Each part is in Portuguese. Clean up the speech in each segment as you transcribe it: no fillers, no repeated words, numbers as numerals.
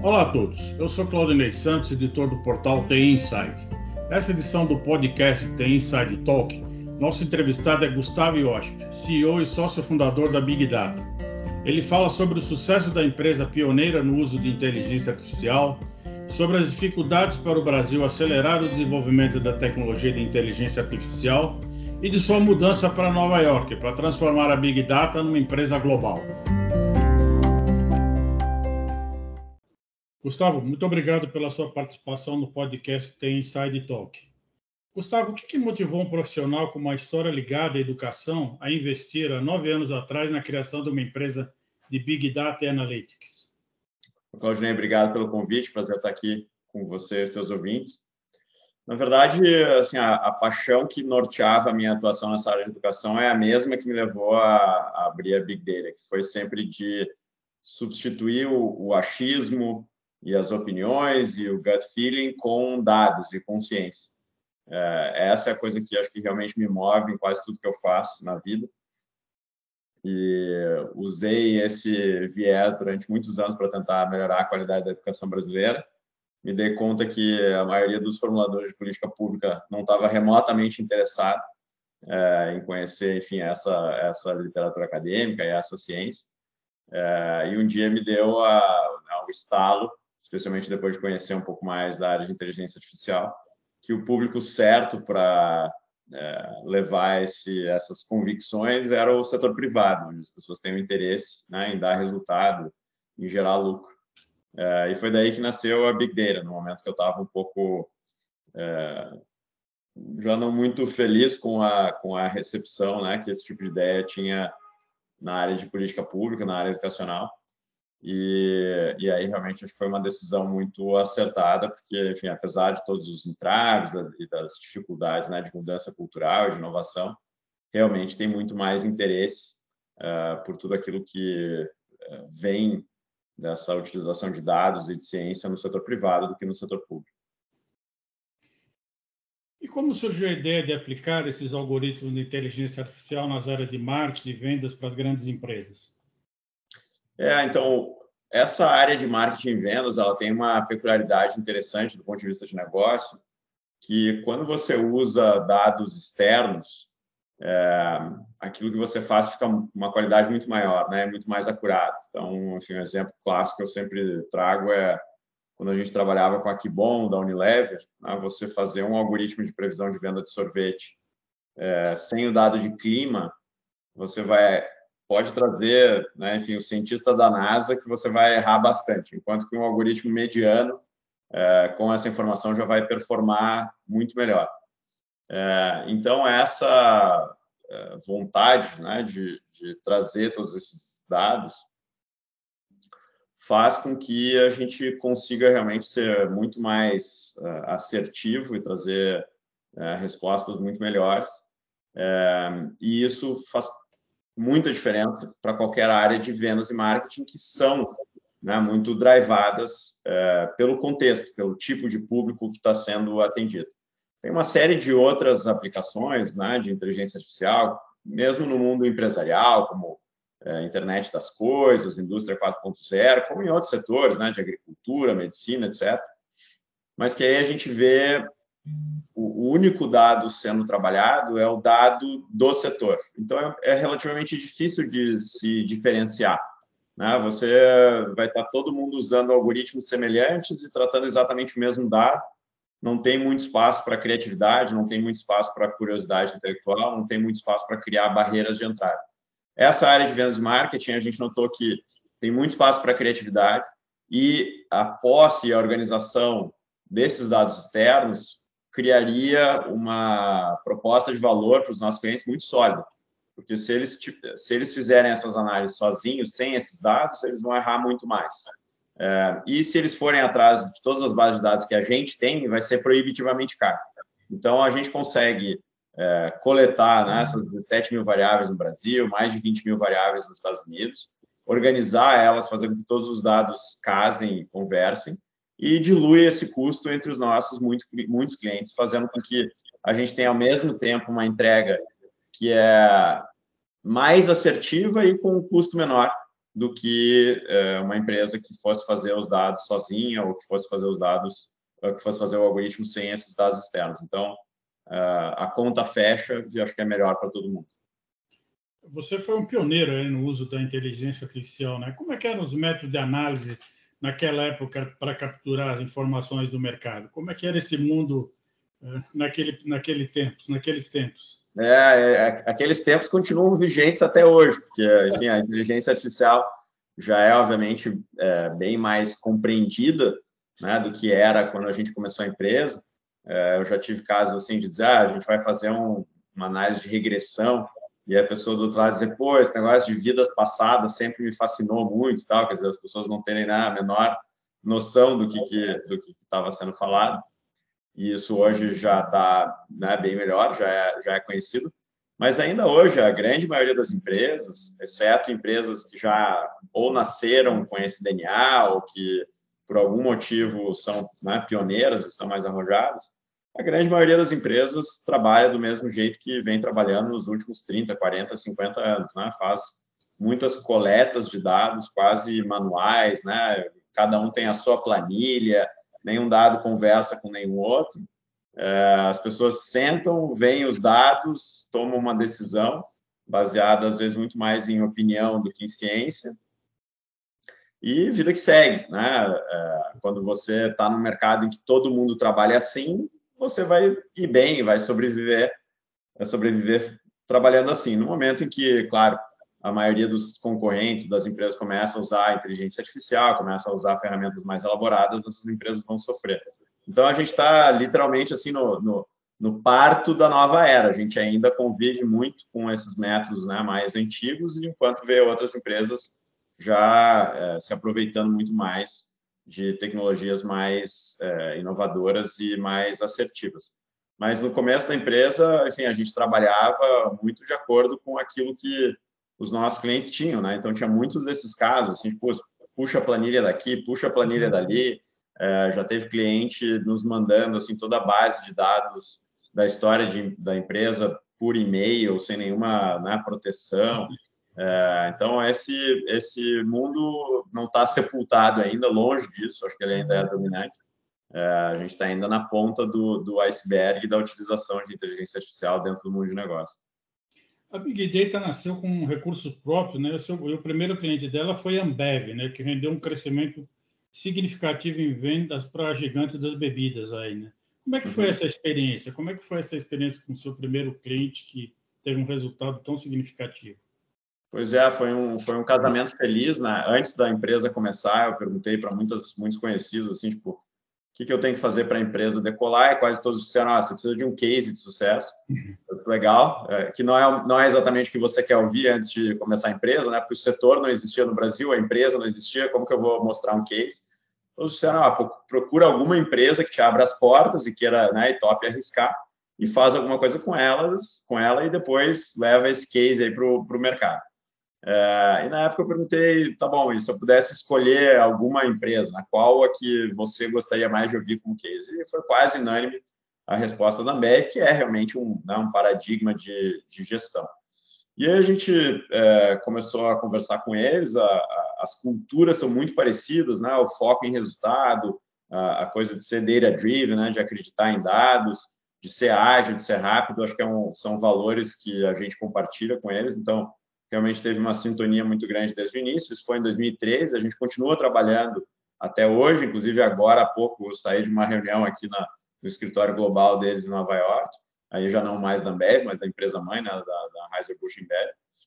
Olá a todos, eu sou Claudinei Santos, editor do portal TI Inside. Nessa edição do podcast TI Inside Talk, nosso entrevistado é Gustavo Iosp, CEO e sócio fundador da Big Data. Ele fala sobre o sucesso da empresa pioneira no uso de inteligência artificial, sobre as dificuldades para o Brasil acelerar o desenvolvimento da tecnologia de inteligência artificial e de sua mudança para Nova York, para transformar a Big Data numa empresa global. Gustavo, muito obrigado pela sua participação no podcast TI Inside Talk. Gustavo, o que motivou um profissional com uma história ligada à educação a investir há 9 anos atrás na criação de uma empresa de Big Data e Analytics? Claudinei, obrigado pelo convite, prazer estar aqui com você e os teus ouvintes. Na verdade, assim, a paixão que norteava a minha atuação nessa área de educação é a mesma que me levou a abrir a Big Data, que foi sempre de substituir o achismo e as opiniões e o gut feeling com dados e consciência. Essa é a coisa que acho que realmente me move em quase tudo que eu faço na vida. E usei esse viés durante muitos anos para tentar melhorar a qualidade da educação brasileira. Me dei conta que a maioria dos formuladores de política pública não estava remotamente interessado em conhecer, enfim, essa literatura acadêmica e essa ciência. E um dia me deu o estalo, especialmente depois de conhecer um pouco mais da área de inteligência artificial, que o público certo para levar essas convicções era o setor privado, onde as pessoas têm um interesse, né, em dar resultado, em gerar lucro. E foi daí que nasceu a Big Data, no momento que eu estava um pouco já não muito feliz com a recepção, né, que esse tipo de ideia tinha na área de política pública, na área educacional. E aí realmente acho que foi uma decisão muito acertada, porque, enfim, apesar de todos os entraves e das dificuldades, né, de mudança cultural, de inovação, realmente tem muito mais interesse por tudo aquilo que vem dessa utilização de dados e de ciência no setor privado do que no setor público. E como surgiu a ideia de aplicar esses algoritmos de inteligência artificial nas áreas de marketing e vendas para as grandes empresas? Então, essa área de marketing e vendas, ela tem uma peculiaridade interessante do ponto de vista de negócio, que quando você usa dados externos, aquilo que você faz fica uma qualidade muito maior, né? Muito mais acurado. Então, enfim, um exemplo clássico que eu sempre trago é quando a gente trabalhava com a Kibon, da Unilever, né? Você fazer um algoritmo de previsão de venda de sorvete sem o dado de clima, você pode trazer, né, enfim, o cientista da NASA que você vai errar bastante, enquanto que um algoritmo mediano, com essa informação, já vai performar muito melhor. Então, essa vontade, né, de trazer todos esses dados faz com que a gente consiga realmente ser muito mais assertivo e trazer respostas muito melhores. E isso faz muita diferença para qualquer área de vendas e marketing que são, né, muito drivadas pelo contexto, pelo tipo de público que está sendo atendido. Tem uma série de outras aplicações, né, de inteligência artificial, mesmo no mundo empresarial, como internet das coisas, indústria 4.0, como em outros setores, né, de agricultura, medicina, etc. Mas que aí a gente vê o único dado sendo trabalhado é o dado do setor. Então, é relativamente difícil de se diferenciar, né? Você vai estar todo mundo usando algoritmos semelhantes e tratando exatamente o mesmo dado. Não tem muito espaço para criatividade, não tem muito espaço para curiosidade intelectual, não tem muito espaço para criar barreiras de entrada. Essa área de vendas e marketing, a gente notou que tem muito espaço para criatividade e a posse e a organização desses dados externos criaria uma proposta de valor para os nossos clientes muito sólida, porque se eles fizerem essas análises sozinhos, sem esses dados, eles vão errar muito mais. E se eles forem atrás de todas as bases de dados que a gente tem, vai ser proibitivamente caro. Então, a gente consegue coletar, né, essas 17 mil variáveis no Brasil, mais de 20 mil variáveis nos Estados Unidos, organizar elas, fazer com que todos os dados casem e conversem, e dilui esse custo entre os nossos muitos clientes, fazendo com que a gente tenha, ao mesmo tempo, uma entrega que é mais assertiva e com um custo menor, do que uma empresa que fosse fazer os dados sozinha ou que fosse fazer os dados, que fosse fazer o algoritmo sem esses dados externos. Então, a conta fecha e acho que é melhor para todo mundo. Você foi um pioneiro aí no uso da inteligência artificial, né? Como é que eram os métodos de análise naquela época para capturar as informações do mercado? Como é que era esse mundo naqueles tempos? Aqueles tempos continuam vigentes até hoje, porque enfim, a inteligência artificial já é, obviamente, bem mais compreendida, né, do que era quando a gente começou a empresa. Eu já tive casos assim de dizer, a gente vai fazer uma análise de regressão, e a pessoa do outro lado dizer, pô, esse negócio de vidas passadas sempre me fascinou muito, tal, quer dizer, as pessoas não terem, né, a menor noção do que estava sendo falado. E isso hoje já está, né, bem melhor, já é conhecido. Mas ainda hoje, a grande maioria das empresas, exceto empresas que já ou nasceram com esse DNA ou que, por algum motivo, são, né, pioneiras e são mais arrojadas, a grande maioria das empresas trabalha do mesmo jeito que vem trabalhando nos últimos 30, 40, 50 anos. Né? Faz muitas coletas de dados quase manuais, né? Cada um tem a sua planilha, nenhum dado conversa com nenhum outro. As pessoas sentam, veem os dados, tomam uma decisão, baseada, às vezes, muito mais em opinião do que em ciência, e vida que segue. Né? Quando você está no mercado em que todo mundo trabalha assim, você vai ir bem, vai sobreviver trabalhando assim. No momento em que, claro, a maioria dos concorrentes, das empresas, começam a usar a inteligência artificial, começam a usar ferramentas mais elaboradas, essas empresas vão sofrer. Então, a gente está literalmente assim no parto da nova era. A gente ainda convive muito com esses métodos, né, mais antigos, enquanto vê outras empresas já se aproveitando muito mais de tecnologias mais inovadoras e mais assertivas. Mas no começo da empresa, enfim, a gente trabalhava muito de acordo com aquilo que os nossos clientes tinham, né? Então, tinha muitos desses casos, assim, puxa a planilha daqui, puxa a planilha dali. Já teve cliente nos mandando, assim, toda a base de dados da história da empresa por e-mail, sem nenhuma, né, proteção. Então, esse mundo não está sepultado ainda, longe disso, acho que ele ainda é dominante. A gente está ainda na ponta do iceberg da utilização de inteligência artificial dentro do mundo de negócio. A Big Data nasceu com um recurso próprio, né? O primeiro cliente dela foi a Ambev, né? Que rendeu um crescimento significativo em vendas para gigantes das bebidas aí, né? Como é que foi essa experiência? Como é que foi essa experiência com o seu primeiro cliente que teve um resultado tão significativo? Pois foi um casamento feliz, né? Antes da empresa começar, eu perguntei para muitos conhecidos, assim, tipo, o que eu tenho que fazer para a empresa decolar? E quase todos disseram, você precisa de um case de sucesso. Legal, que não é exatamente o que você quer ouvir antes de começar a empresa, né? Porque o setor não existia no Brasil, a empresa não existia, como que eu vou mostrar um case? Todos disseram, procura alguma empresa que te abra as portas e queira, né, e tope arriscar, e faz alguma coisa com ela e depois leva esse case aí para o mercado. E na época eu perguntei, tá bom, e se eu pudesse escolher alguma empresa, né, qual a que você gostaria mais de ouvir como case? E foi quase unânime a resposta da Ambev, que é realmente um paradigma de gestão. E aí a gente começou a conversar com eles, as culturas são muito parecidas, né, o foco em resultado, a coisa de ser data-driven, né, de acreditar em dados, de ser ágil, de ser rápido, acho que são valores que a gente compartilha com eles, então realmente teve uma sintonia muito grande desde o início. Isso foi em 2013, a gente continua trabalhando até hoje, inclusive agora há pouco eu saí de uma reunião aqui no escritório global deles em Nova York, aí já não mais da Ambev, mas da empresa mãe, né, da Anheuser-Busch InBev.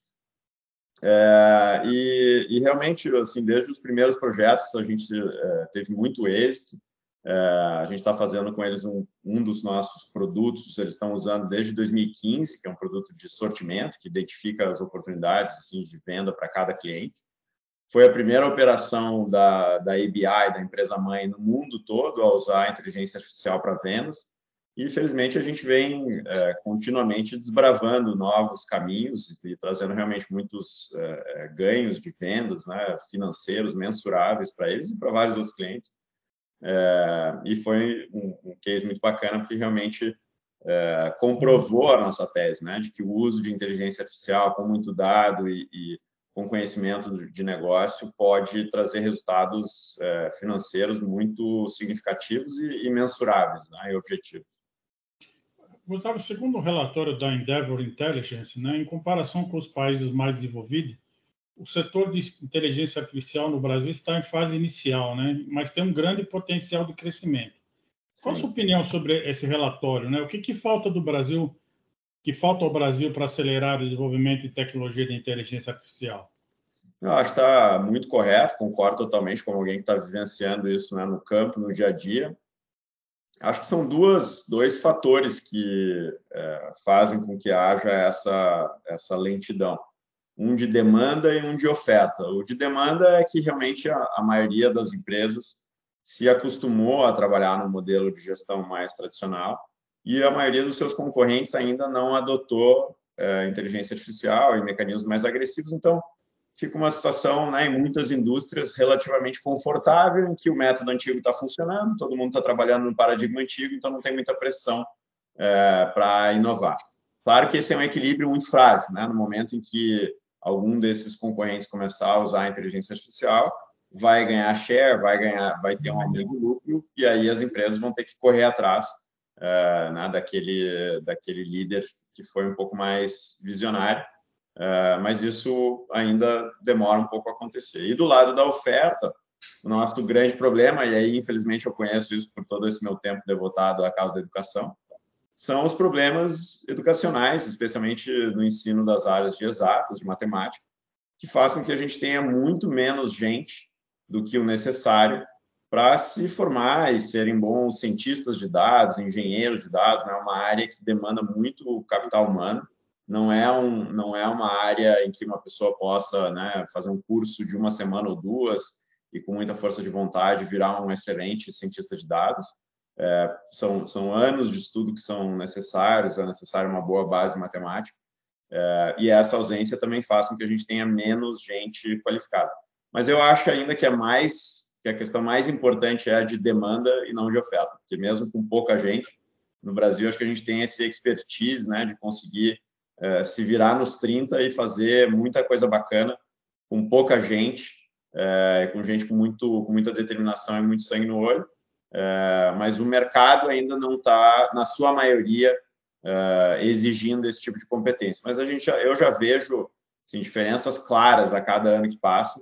E realmente, assim, desde os primeiros projetos, a gente teve muito êxito. A gente está fazendo com eles um dos nossos produtos, eles estão usando desde 2015, que é um produto de sortimento, que identifica as oportunidades assim, de venda para cada cliente. Foi a primeira operação da ABI, da empresa-mãe, no mundo todo, a usar a inteligência artificial para vendas. E, infelizmente, a gente vem continuamente desbravando novos caminhos e trazendo realmente muitos ganhos de vendas, né, financeiros mensuráveis para eles e para vários outros clientes. E foi um case muito bacana, porque realmente comprovou a nossa tese, né, de que o uso de inteligência artificial com muito dado e com conhecimento de negócio, pode trazer resultados financeiros muito significativos e mensuráveis, né, e objetivos. Gustavo, segundo o relatório da Endeavor Intelligence, né, em comparação com os países mais desenvolvidos, o setor de inteligência artificial no Brasil está em fase inicial, né, mas tem um grande potencial de crescimento. Qual a sua opinião sobre esse relatório, né? O que falta do Brasil, que falta ao Brasil para acelerar o desenvolvimento de tecnologia de inteligência artificial? Eu acho que está muito correto, concordo totalmente com alguém que está vivenciando isso, né, no campo, no dia a dia. Acho que são dois fatores que fazem com que haja essa lentidão. Um de demanda e um de oferta. O de demanda é que realmente a maioria das empresas se acostumou a trabalhar no modelo de gestão mais tradicional e a maioria dos seus concorrentes ainda não adotou inteligência artificial e mecanismos mais agressivos. Então, fica uma situação, né, em muitas indústrias relativamente confortável, em que o método antigo está funcionando, todo mundo está trabalhando no paradigma antigo, então não tem muita pressão para inovar. Claro que esse é um equilíbrio muito frágil, né? No momento em que algum desses concorrentes começar a usar a inteligência artificial, vai ganhar share, vai ter um aumento de lucro, e aí as empresas vão ter que correr atrás né, daquele líder que foi um pouco mais visionário, mas isso ainda demora um pouco a acontecer. E do lado da oferta, o nosso grande problema, e aí infelizmente eu conheço isso por todo esse meu tempo devotado à causa da educação, são os problemas educacionais, especialmente no ensino das áreas de exatas, de matemática, que fazem com que a gente tenha muito menos gente do que o necessário para se formar e serem bons cientistas de dados, engenheiros de dados, né? Uma área que demanda muito capital humano, não é uma área em que uma pessoa possa, né, fazer um curso de uma semana ou duas e com muita força de vontade virar um excelente cientista de dados. São anos de estudo que são necessários, é necessária uma boa base matemática, e essa ausência também faz com que a gente tenha menos gente qualificada. Mas eu acho ainda que a questão mais importante é a de demanda e não de oferta, porque mesmo com pouca gente, no Brasil, acho que a gente tem esse expertise, né, de conseguir se virar nos 30 e fazer muita coisa bacana com pouca gente, com gente com muita determinação e muito sangue no olho, mas o mercado ainda não está, na sua maioria, exigindo esse tipo de competência. Mas eu já vejo assim, diferenças claras a cada ano que passa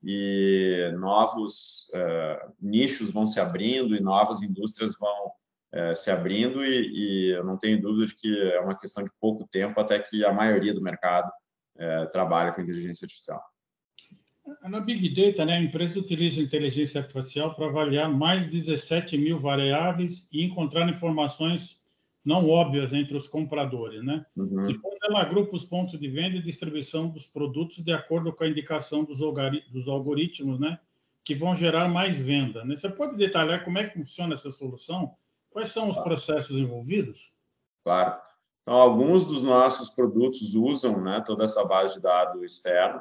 e novos nichos vão se abrindo e novas indústrias vão se abrindo e eu não tenho dúvida de que é uma questão de pouco tempo até que a maioria do mercado trabalhe com inteligência artificial. Na Big Data, né, a empresa utiliza a inteligência artificial para avaliar mais de 17 mil variáveis e encontrar informações não óbvias entre os compradores, né? Uhum. Depois ela agrupa os pontos de venda e distribuição dos produtos de acordo com a indicação dos algoritmos, né, que vão gerar mais venda, né? Você pode detalhar como é que funciona essa solução? Quais são os processos envolvidos? Claro. Então, alguns dos nossos produtos usam, né, toda essa base de dados externa.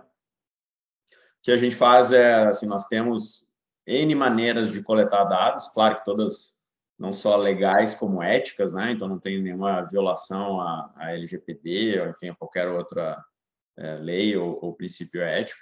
O que a gente faz assim, nós temos N maneiras de coletar dados, claro que todas não só legais como éticas, né? Então não tem nenhuma violação à LGPD ou enfim a qualquer outra lei ou princípio ético.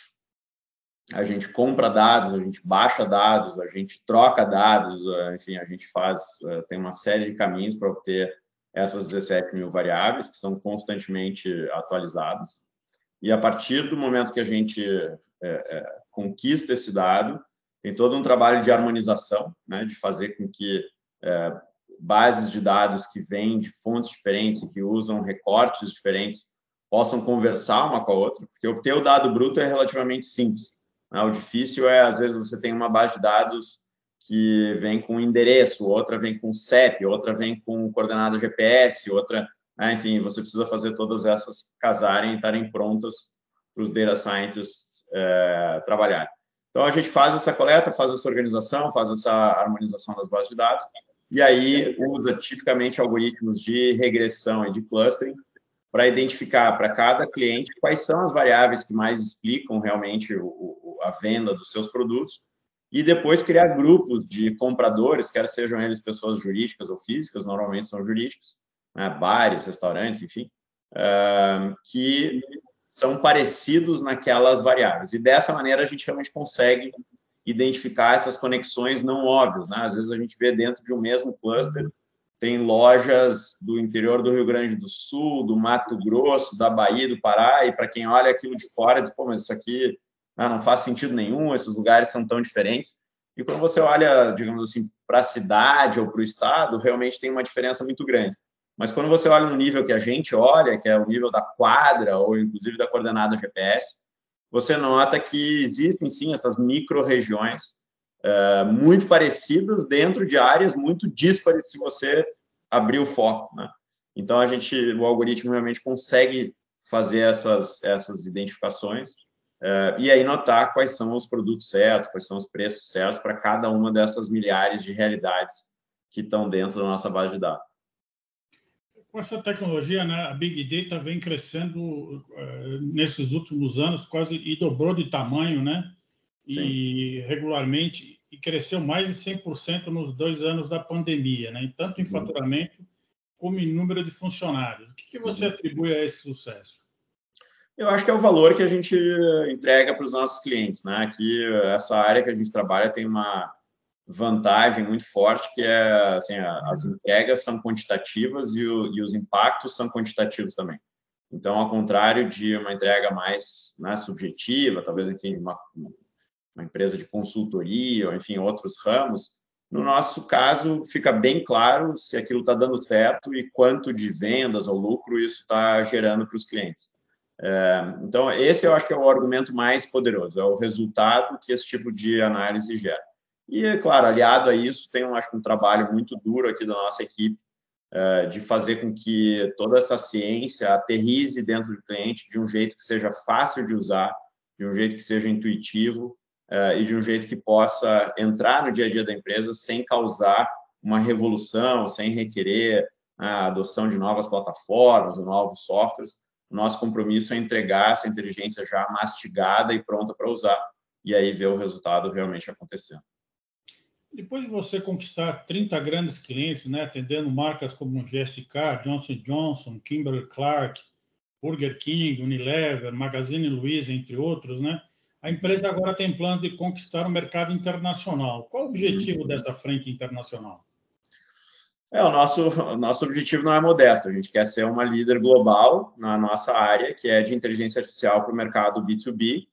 A gente compra dados, a gente baixa dados, a gente troca dados, enfim, a gente tem uma série de caminhos para obter essas 17 mil variáveis que são constantemente atualizadas. E a partir do momento que a gente conquista esse dado, tem todo um trabalho de harmonização, né, de fazer com que bases de dados que vêm de fontes diferentes e que usam recortes diferentes possam conversar uma com a outra, porque obter o dado bruto é relativamente simples. Né? O difícil às vezes, você tem uma base de dados que vem com endereço, outra vem com CEP, outra vem com coordenada GPS, outra... Enfim, você precisa fazer todas essas casarem e estarem prontas para os data scientists trabalharem. Então, a gente faz essa coleta, faz essa organização, faz essa harmonização das bases de dados, e aí usa tipicamente algoritmos de regressão e de clustering para identificar para cada cliente quais são as variáveis que mais explicam realmente a venda dos seus produtos, e depois criar grupos de compradores, quer sejam eles pessoas jurídicas ou físicas, normalmente são jurídicos, né, bares, restaurantes, enfim, que são parecidos naquelas variáveis. E dessa maneira a gente realmente consegue identificar essas conexões não óbvias, né? Às vezes a gente vê dentro de um mesmo cluster, tem lojas do interior do Rio Grande do Sul, do Mato Grosso, da Bahia, do Pará, e para quem olha aquilo de fora, diz, pô, mas isso aqui não faz sentido nenhum, esses lugares são tão diferentes. E quando você olha, digamos assim, para a cidade ou para o estado, realmente tem uma diferença muito grande. Mas quando você olha no nível que a gente olha, que é o nível da quadra ou inclusive da coordenada GPS, você nota que existem sim essas micro-regiões muito parecidas dentro de áreas muito díspares se você abrir o foco, né? Então o algoritmo realmente consegue fazer essas identificações e aí notar quais são os produtos certos, quais são os preços certos para cada uma dessas milhares de realidades que estão dentro da nossa base de dados. Com essa tecnologia, né, a Big Data vem crescendo nesses últimos anos, quase e dobrou de tamanho, né? E Sim. regularmente, e cresceu mais de 100% nos 2 anos da pandemia, né? Tanto em faturamento como em número de funcionários. O que você atribui a esse sucesso? Eu acho que é o valor que a gente entrega para os nossos clientes, né? Aqui, essa área que a gente trabalha tem uma vantagem muito forte, que é assim, as entregas são quantitativas e os impactos são quantitativos também. Então, ao contrário de uma entrega mais, né, subjetiva, talvez, enfim, de uma empresa de consultoria, ou, enfim, outros ramos, no nosso caso, fica bem claro se aquilo está dando certo e quanto de vendas ou lucro isso está gerando para os clientes. Então, esse eu acho que é o argumento mais poderoso, é o resultado que esse tipo de análise gera. E, é claro, aliado a isso, tem, acho que, um trabalho muito duro aqui da nossa equipe de fazer com que toda essa ciência aterrize dentro do cliente de um jeito que seja fácil de usar, de um jeito que seja intuitivo e de um jeito que possa entrar no dia a dia da empresa sem causar uma revolução, sem requerer a adoção de novas plataformas ou novos softwares. O nosso compromisso é entregar essa inteligência já mastigada e pronta para usar, e aí ver o resultado realmente acontecendo. Depois de você conquistar 30 grandes clientes, né, atendendo marcas como GSK, Johnson Johnson, Kimberly-Clark, Burger King, Unilever, Magazine Luiza, entre outros, né, a empresa agora tem plano de conquistar o mercado internacional. Qual o objetivo dessa frente internacional? O nosso objetivo não é modesto, a gente quer ser uma líder global na nossa área, que é de inteligência artificial para o mercado B2B.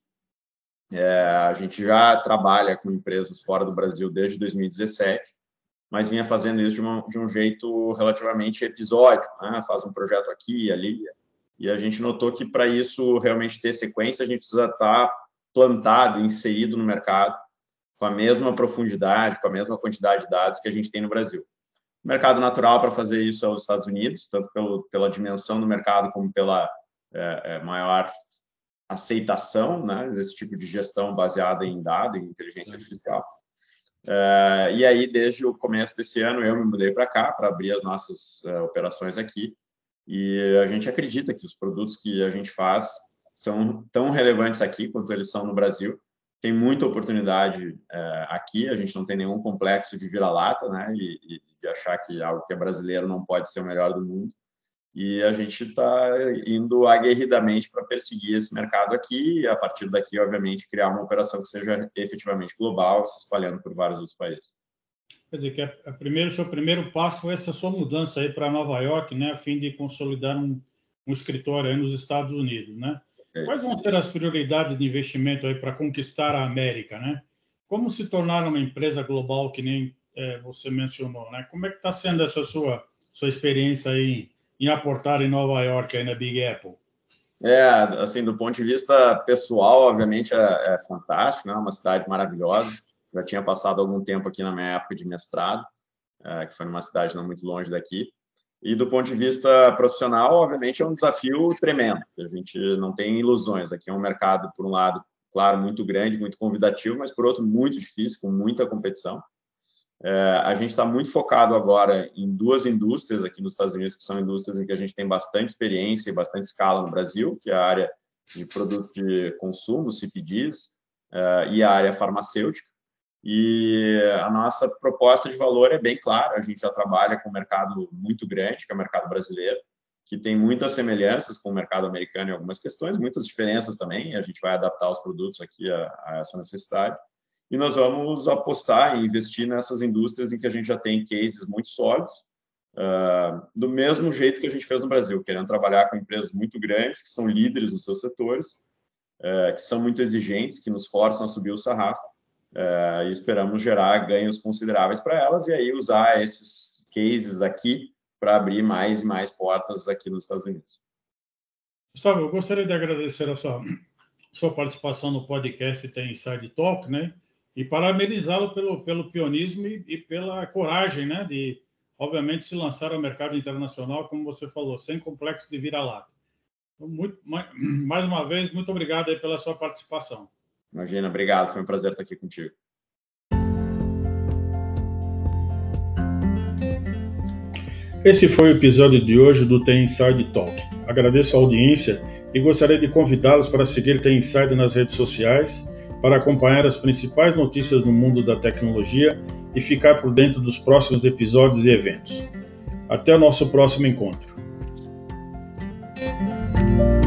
A gente já trabalha com empresas fora do Brasil desde 2017, mas vinha fazendo isso de um jeito relativamente episódico, né? Faz um projeto aqui e ali, e a gente notou que para isso realmente ter sequência, a gente precisa estar plantado, inserido no mercado, com a mesma profundidade, com a mesma quantidade de dados que a gente tem no Brasil. O mercado natural para fazer isso é os Estados Unidos, tanto pela dimensão do mercado como pela maior aceitação, né, desse tipo de gestão baseada em dado e inteligência artificial. E aí, desde o começo desse ano, eu me mudei para cá para abrir as nossas operações aqui, e a gente acredita que os produtos que a gente faz são tão relevantes aqui quanto eles são no Brasil. Tem muita oportunidade aqui, a gente não tem nenhum complexo de vira-lata, né, e de achar que algo que é brasileiro não pode ser o melhor do mundo. E a gente está indo aguerridamente para perseguir esse mercado aqui e, a partir daqui, obviamente, criar uma operação que seja efetivamente global, se espalhando por vários outros países. Quer dizer, que o seu primeiro passo foi essa sua mudança aí para Nova York, né, a fim de consolidar um escritório aí nos Estados Unidos, né? Quais vão ser as prioridades de investimento aí para conquistar a América, né? Como se tornar uma empresa global que nem você mencionou, né? Como é que está sendo essa sua experiência aí em aportar em Nova York, aí na Big Apple? Assim, do ponto de vista pessoal, obviamente é fantástico, né? Uma cidade maravilhosa. Já tinha passado algum tempo aqui na minha época de mestrado, que foi numa cidade não muito longe daqui. E do ponto de vista profissional, obviamente, é um desafio tremendo. A gente não tem ilusões. Aqui é um mercado, por um lado, claro, muito grande, muito convidativo, mas por outro, muito difícil, com muita competição. A gente está muito focado agora em duas indústrias aqui nos Estados Unidos, que são indústrias em que a gente tem bastante experiência e bastante escala no Brasil, que é a área de produto de consumo, CPGs, e a área farmacêutica. E a nossa proposta de valor é bem clara, a gente já trabalha com um mercado muito grande, que é o mercado brasileiro, que tem muitas semelhanças com o mercado americano em algumas questões, muitas diferenças também, e a gente vai adaptar os produtos aqui a essa necessidade. E nós vamos apostar e investir nessas indústrias em que a gente já tem cases muito sólidos, do mesmo jeito que a gente fez no Brasil, querendo trabalhar com empresas muito grandes, que são líderes nos seus setores, que são muito exigentes, que nos forçam a subir o sarrafo, e esperamos gerar ganhos consideráveis para elas, e aí usar esses cases aqui para abrir mais e mais portas aqui nos Estados Unidos. Gustavo, eu gostaria de agradecer a sua participação no podcast Tem Inside Talk, né? E parabenizá-lo pelo pionismo e pela coragem, né? De, obviamente, se lançar ao mercado internacional, como você falou, sem complexo de vira-lata. Então, mais uma vez, muito obrigado aí pela sua participação. Imagina, obrigado, foi um prazer estar aqui contigo. Esse foi o episódio de hoje do Tem Inside Talk. Agradeço a audiência e gostaria de convidá-los para seguir Tem Inside nas redes sociais, para acompanhar as principais notícias no mundo da tecnologia e ficar por dentro dos próximos episódios e eventos. Até o nosso próximo encontro.